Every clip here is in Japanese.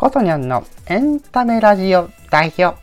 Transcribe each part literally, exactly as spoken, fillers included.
ことにゃんのエンタメラジオ代表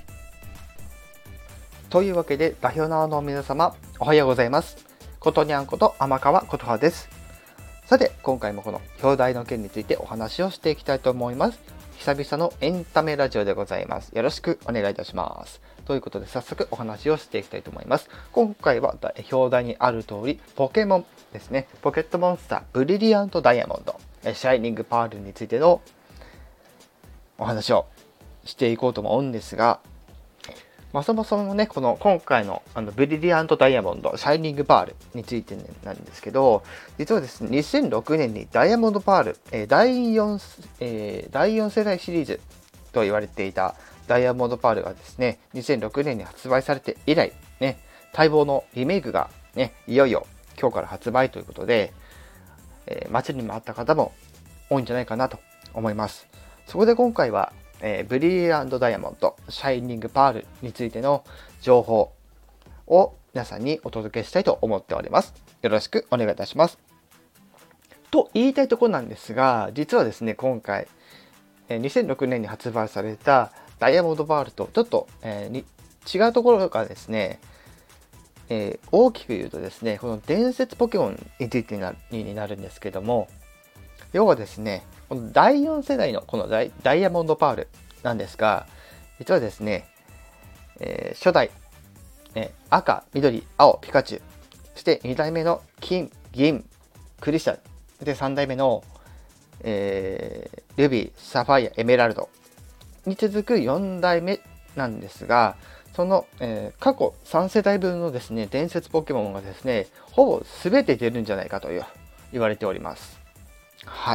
というわけで、代表の皆様おはようございます。ことにゃんこと天川琴葉です。さて、今回もこの表題の件についてお話をしていきたいと思います。久々のエンタメラジオでございます。よろしくお願いいたします。ということで、早速お話をしていきたいと思います。今回は表題にある通り、ポケモンですね。ポケットモンスターブリリアントダイヤモンド、シャイニングパールについてのお話をしていこうと思うんですが、まあ、そもそもね、この今回のあのブリリアントダイヤモンド、シャイニングパールについてなんですけど、実はですね、にせんろくねんにダイヤモンドパール、えー、だいよん、えー、だいよん世代シリーズと言われていたダイヤモンドパールがですね、にせんろくねんに発売されて以来、ね、待望のリメイクがね、いよいよ今日から発売ということで、えー、待ちに待った方も多いんじゃないかなと思います。そこで今回は、えー、ブリリアントダイヤモンド、シャイニングパールについての情報を皆さんにお届けしたいと思っております。よろしくお願いいたします。と言いたいところなんですが、実はですね、今回、えー、にせんろくねんに発売されたダイヤモンドパールとちょっと、えー、に違うところがですね、えー、大きく言うとですね、この伝説ポケモンについてになる、になるんですけども、要はですね、このだいよん世代のこのダイ、ダイヤモンドパールなんですが、実はですね、えー、初代、えー、赤、緑、青、ピカチュウ、そしてに代目の金、銀、クリスタル、でさん代目の、えー、ルビー、サファイア、エメラルドに続くよん代目なんですが、その、えー、過去さん世代分のですね、伝説ポケモンがですね、ほぼ全て出るんじゃないかという言われております。はい。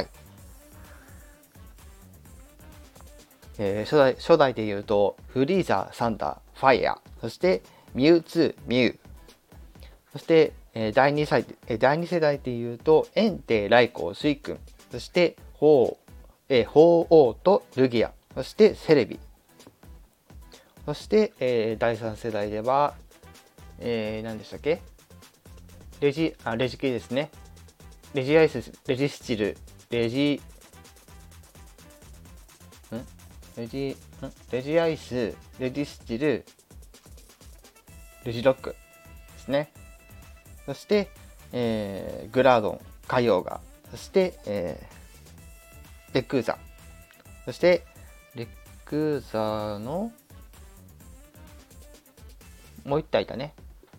えー、初代、初代で言うと、フリーザー、サンダー、ファイヤー、そしてミュウツー、ミュウ。そして、えー、だいに世代、えー、だいに世代で言うと、エンテイ、ライコウ、スイ君、そしてホウ、えー、ホウオウとルギア、そしてセレビ。そして、えー、だいさん世代では、えー、何でしたっけレジ、あ、レジ系ですね。レジアイス、レジスチル、レジ、んレジ、んレジアイス、レジスチル、レジロックですね。そして、えー、グラードン、カヨウガ、そして、えー、レックーザ、そして、レックーザの、もう一体いたね。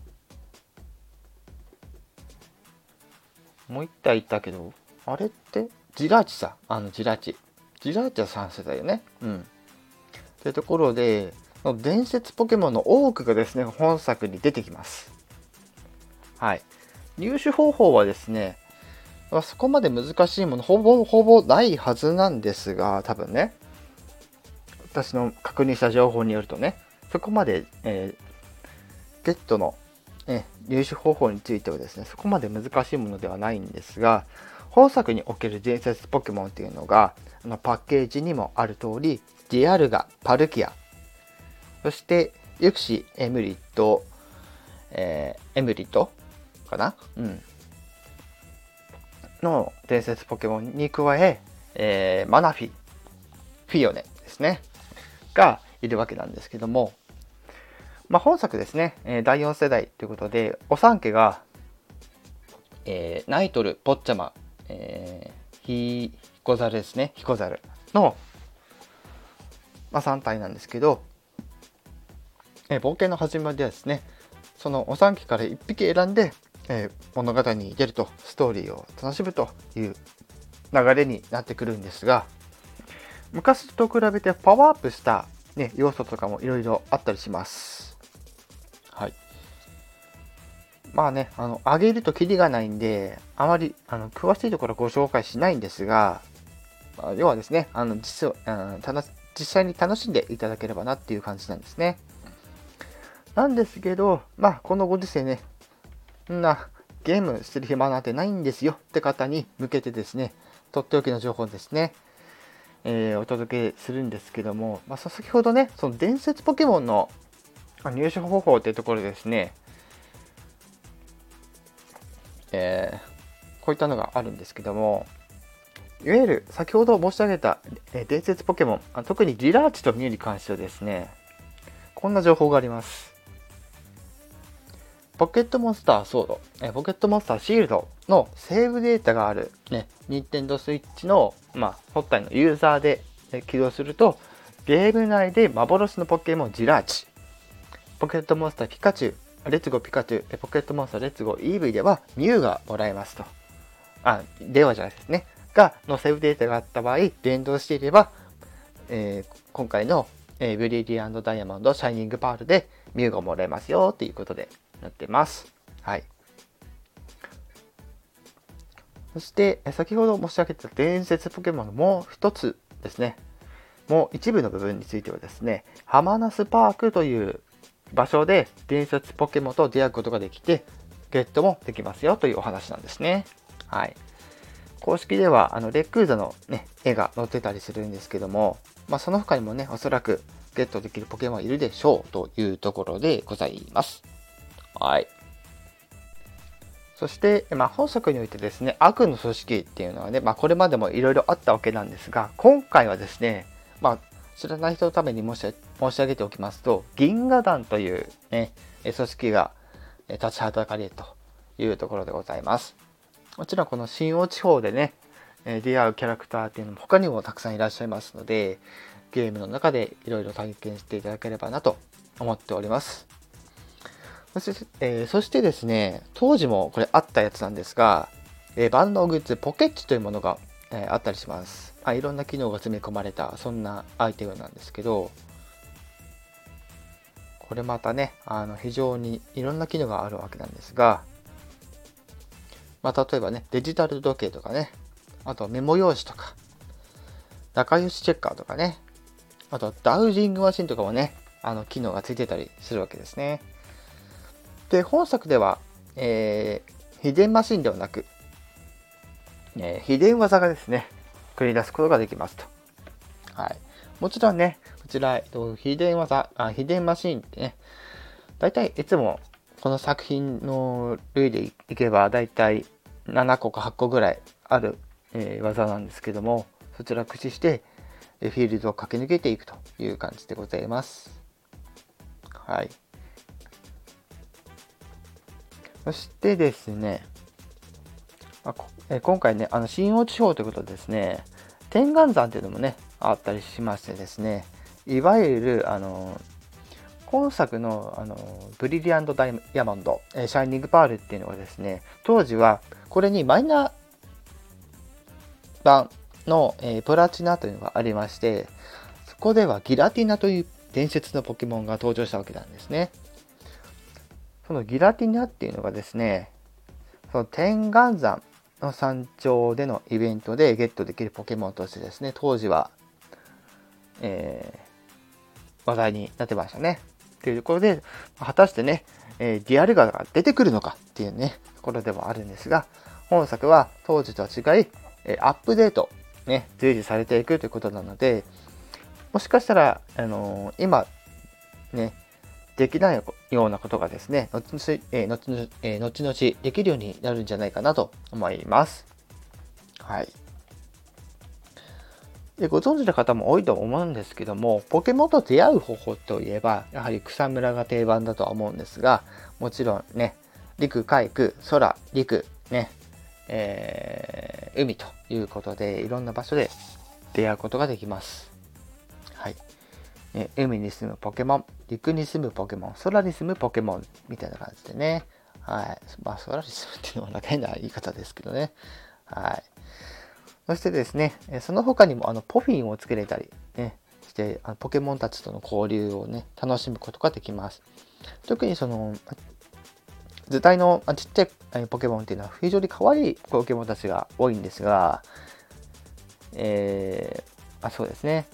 もう一体いたけど、あれってジラーチさ、あのジラーチ。ジラーチはさん世代よね。うん。というところで、伝説ポケモンの多くがですね、本作に出てきます。はい。入手方法はですね、そこまで難しいもの、ほぼほぼないはずなんですが、多分ね、私の確認した情報によるとね、そこまで、えー、ゲットの、えー、入手方法についてはですね、そこまで難しいものではないんですが、本作における伝説ポケモンっていうのが、あのパッケージにもある通り、ディアルガ、パルキア、そしてユクシ、エムリット、えー、エムリットかな、うん、の伝説ポケモンに加え、えー、マナフィ、フィオネですね、がいるわけなんですけども、まあ、本作ですね、えー、だいよん世代ということで、お三家が、えー、ナイトル、ポッチャマ、えー、ヒコザルですね、ヒコザルの、まあ、さん体なんですけど、えー、冒険の始まりではですね、そのお三家からいっぴき選んで、えー、物語に出ると、ストーリーを楽しむという流れになってくるんですが、昔と比べてパワーアップした、ね、要素とかもいろいろあったりします。はい。まあね、あの、上げるとキリがないんで、あまりあの詳しいところはご紹介しないんですが、まあ、要はですね、あの実あた実際に楽しんでいただければなっていう感じなんですね。なんですけど、まあ、このご時世ね、そんなゲームしてる暇なんてないんですよって方に向けてですね、とっておきの情報ですね、えー、お届けするんですけども、まあ、先ほどね、その伝説ポケモンの入手方法っていうところでですね、えー、こういったのがあるんですけども、 いわゆる先ほど申し上げた伝説ポケモン、特にリラーチとミュウに関してはですね、こんな情報があります。ポケットモンスターソード、えポケットモンスターシールドのセーブデータがある、ね、ニンテンドースイッチの、まあ、本体のユーザーで起動すると、ゲーム内で幻のポケモンジラーチ、ポケットモンスターピカチュウ、レッツゴーピカチュウ、ポケットモンスターレッツゴーイーブイではミュウがもらえますと。あ、ではじゃないですね。が、のセーブデータがあった場合、連動していれば、えー、今回の、えー、ブリリアントダイヤモンドシャイニングパールでミュウがもらえますよということでなってます。はい。そして先ほど申し上げた伝説ポケモンのもう一つですね。もう一部の部分についてはですね、ハマナスパークという場所で伝説ポケモンと出会うことができて、ゲットもできますよというお話なんですね。はい。公式ではあのレックーザの、ね、絵が載ってたりするんですけども、まあ、その他にもね、おそらくゲットできるポケモンいるでしょうというところでございます。はい。そして、まあ、本作においてですね、悪の組織っていうのはね、まあ、これまでもいろいろあったわけなんですが、今回はですね、まあ、知らない人のために申し申し上げておきますと、銀河団という、ね、組織が立ちはだかれるというところでございます。もちろんこの新大地方でね、出会うキャラクターっていうのも他にもたくさんいらっしゃいますので、ゲームの中でいろいろ体験していただければなと思っております。そして、えー、そしてですね、当時もこれあったやつなんですが、えー、万能グッズポケッチというものが、えー、あったりします。まあ、いろんな機能が詰め込まれたそんなアイテムなんですけど、これまたね、あの非常にいろんな機能があるわけなんですが、まあ、例えばね、デジタル時計とかね、あとメモ用紙とか、仲良しチェッカーとかね、あとダウジングマシンとかもね、あの機能がついてたりするわけですね。で、本作では、えー、秘伝マシンではなく、えー、秘伝技がですね、繰り出すことができますと。はい。もちろんね、こちら、えっと、秘伝技、あ、秘伝マシンってね、だいたいいつもこの作品の類でいけば、だいたいななこかはっこぐらいある、えー、技なんですけども、そちらを駆使してフィールドを駆け抜けていくという感じでございます。はい。そしてですね、まあえー、今回ね、あの新大地方ということでですね、天眼山というのもね、あったりしましてですね、いわゆる、あの今作のあのブリリアントダイヤモンド、シャイニングパールっていうのはですね、当時はこれにマイナー版の、えー、プラチナというのがありまして、そこではギラティナという伝説のポケモンが登場したわけなんですね。そのギラティナっていうのがですね、その天眼山の山頂でのイベントでゲットできるポケモンとしてですね、当時は、えー、話題になってましたね。というところで、果たしてね、えー、ディアルガが出てくるのかっていうね、ところではあるんですが、本作は当時とは違い、アップデート、ね、随時されていくということなので、もしかしたら、あのー、今、ね、できないようなことがですね、後々、えー、後々、えー、後々できるようになるんじゃないかなと思います。はい。で、ご存知の方も多いと思うんですけども、ポケモンと出会う方法といえば、やはり草むらが定番だとは思うんですが、もちろんね、陸、海、空、空、陸、ね、えー、海ということで、いろんな場所で出会うことができます。はい。ね、海に住むポケモン、陸に住むポケモン、空に住むポケモンみたいな感じでね。はい。まあ、空に住むっていうのはな変な言い方ですけどね。はい。そしてですね、その他にもあのポフィンをつけれたり、ね、してあのポケモンたちとの交流をね、楽しむことができます。特にその、図体のちっちゃいポケモンっていうのは非常に可愛いポケモンたちが多いんですが、えー、あそうですね。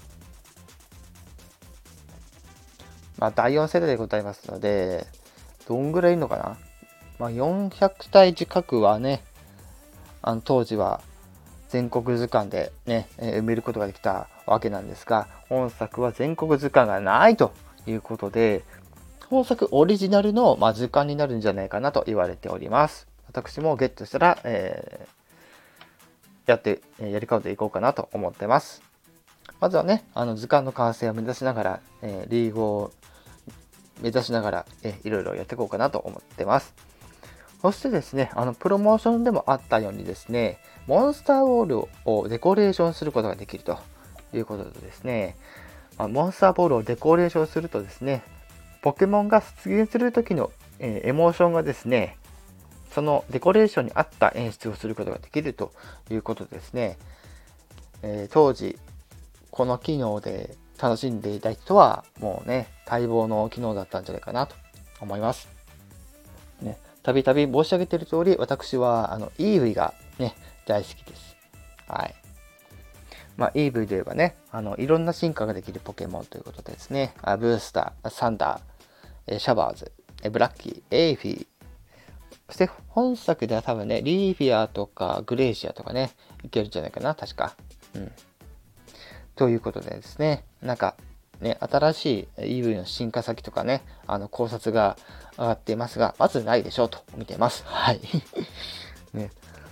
まあ、だいよん世代でございますので、どんぐらいいるのかな、まあ、よんひゃくたい近くはね、あの当時は全国図鑑でね、えー、埋めることができたわけなんですが、本作は全国図鑑がないということで、本作オリジナルの、まあ、図鑑になるんじゃないかなと言われております。私もゲットしたら、えやって、えーやり込んでいこうかなと思ってます。まずはね、あの図鑑の完成を目指しながら、えーリーグを目指しながら、えーいろいろやっていこうかなと思ってます。そしてですね、あのプロモーションでもあったようにですね、モンスターボールをデコレーションすることができるということでですね、まあ、モンスターボールをデコレーションするとですね、ポケモンが出現する時の、えーエモーションがですね、そのデコレーションに合った演出をすることができるということですね、えー当時この機能で楽しんでいた人はもうね、待望の機能だったんじゃないかなと思います。ね、たびたび申し上げている通り、私はあの イーブイ がね、大好きです。はい。まあ、イーブイ といえばね、あのいろんな進化ができるポケモンということでですね、あブースター、サンダー、シャバーズ、ブラッキー、エイフィー、そして本作では多分ね、リーフィアとかグレイシアとかね、いけるんじゃないかな、確か。うん。ということでですね、なんかね、新しい イーブイ の進化先とかね、あの考察が上がっていますが、まずないでしょうと見ています。はい。ね、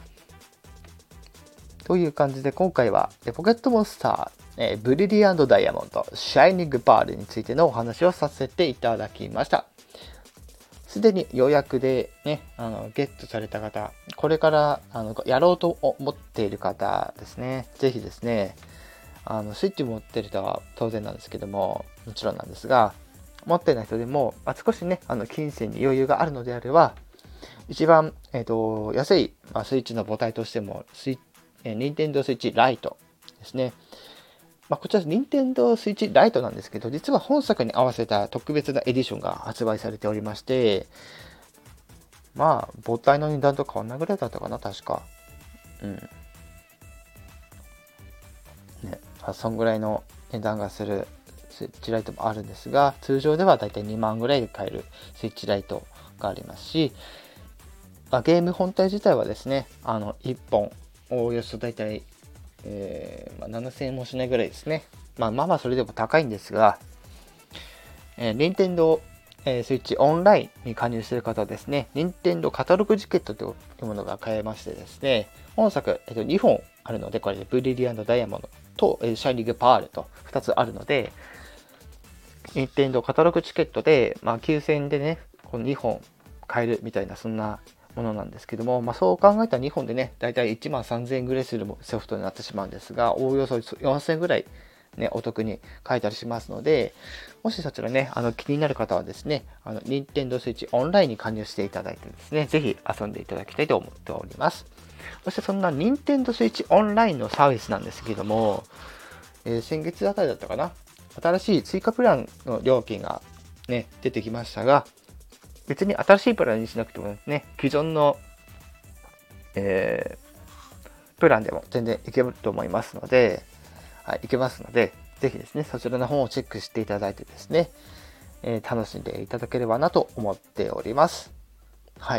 という感じで今回はポケットモンスター、えー、ブリリアントダイヤモンド、シャイニングパールについてのお話をさせていただきました。すでに予約でね、あのゲットされた方、これからあのやろうと思っている方ですね、ぜひですね、あのスイッチ持ってる人は当然なんですけども、もちろんなんですが、持ってない人でも、まあ、少しね、あの金銭に余裕があるのであれば、一番、えーと、安い、まあ、スイッチの母体としても、スイえー、Nintendo Switch Lite ですね。まあ、こちら Nintendo Switch Lite なんですけど、実は本作に合わせた特別なエディションが発売されておりまして、まあ、母体の値段と変わんないぐらいだったかな、確か。うん。ね、そんぐらいの値段がするスイッチライトもあるんですが、通常ではだいたいにまんぐらいで買えるスイッチライトがありますし、まあ、ゲーム本体自体はですね、あのいっぽんおよそだいたい、えーまあ、ななせんえんもしないぐらいですね。まあまあまあそれでも高いんですが、えー、Nintendo、えー、Switch オンラインに加入している方はですね、Nintendo カタログチケットというものが買えましてですね、本作、えー、とにほんあるので、これでブリリアントダイヤモンドと、えー、シャイニングパールとふたつあるので、Nintendo カタログチケットで、まあ、きゅうせんえんでね、このにほん買えるみたいな、そんなものなんですけども、まあ、そう考えたらにほんでね、だいたいいちまんさんぜんえんぐらいするソフトになってしまうんですが、おおよそよんせんえんぐらい、ね、お得に買えたりしますので、もしそちらね、あの気になる方はですね、あの Nintendo Switch オンラインに加入していただいてですね、ぜひ遊んでいただきたいと思っております。そしてそんな Nintendo Switch オンラインのサービスなんですけども、えー、先月あたりだったかな、新しい追加プランの料金がね、出てきましたが、別に新しいプランにしなくてもですね、既存の、えー、プランでも全然いけると思いますので、はい、いけますので、ぜひですね、そちらの方をチェックしていただいてですね、えー、楽しんでいただければなと思っております。はい。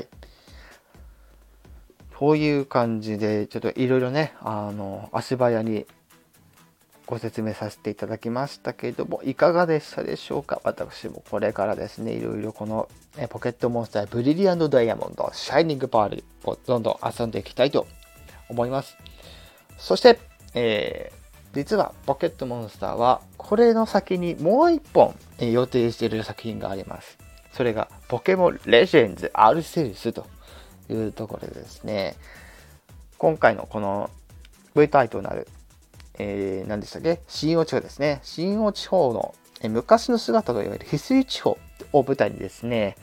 こういう感じで、ちょっといろいろね、あの、足早にご説明させていただきましたけれども、いかがでしたでしょうか。私もこれからですね、いろいろこのポケットモンスターブリリアントダイヤモンド、シャイニングパールをどんどん遊んでいきたいと思います。そして、えー、実はポケットモンスターはこれの先にもう一本予定している作品があります。それがポケモンレジェンズアルセウスというところでですね、今回のこの V タイとなる、えー、何でしたっけ、新王地方ですね。新王地方の、えー、昔の姿といわれる翡翠地方を舞台にですね、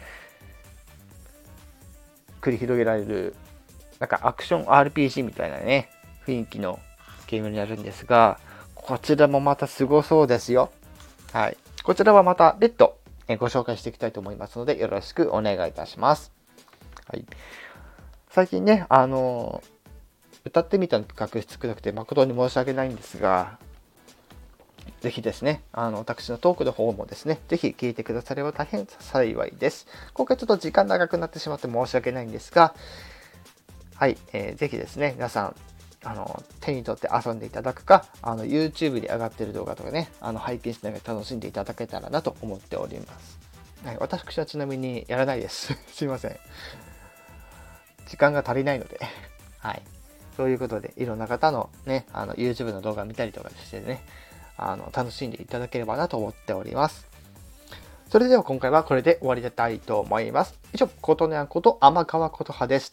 繰り広げられる、なんかアクション アールピージー みたいなね、雰囲気のゲームになるんですが、こちらもまたすごそうですよ。はい。こちらはまた別途ご紹介していきたいと思いますので、よろしくお願いいたします。はい。最近ね、あのー、歌ってみたの企画少なくて誠に申し訳ないんですが、ぜひですね、あの、私のトークの方もですね、ぜひ聞いてくだされば大変幸いです。今回ちょっと時間長くなってしまって申し訳ないんですが、はい、えー、ぜひですね、皆さん、あの、手に取って遊んでいただくか、あの、YouTube に上がっている動画とかね、あの、拝見しながら楽しんでいただけたらなと思っております。はい、私はちなみにやらないです。すいません。時間が足りないので。はい。 そういうことでいろんな方のね、あの YouTube の動画見たりとかしてね、あの楽しんでいただければなと思っております。それでは今回はこれで終わりたいと思います。以上、ことにゃんこと天川琴葉でした。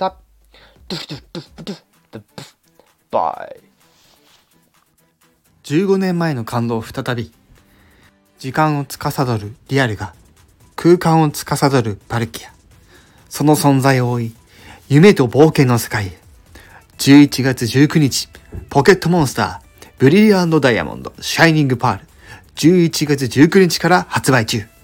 バイ。じゅうごねんまえの感動再び。時間を司るリアルが空間を司るバルキア。その存在を追い、夢と冒険の世界へ。じゅういちがつじゅうくにち、ポケットモンスター、ブリリアントダイヤモンド、シャイニングパール、じゅういちがつじゅうくにちから発売中。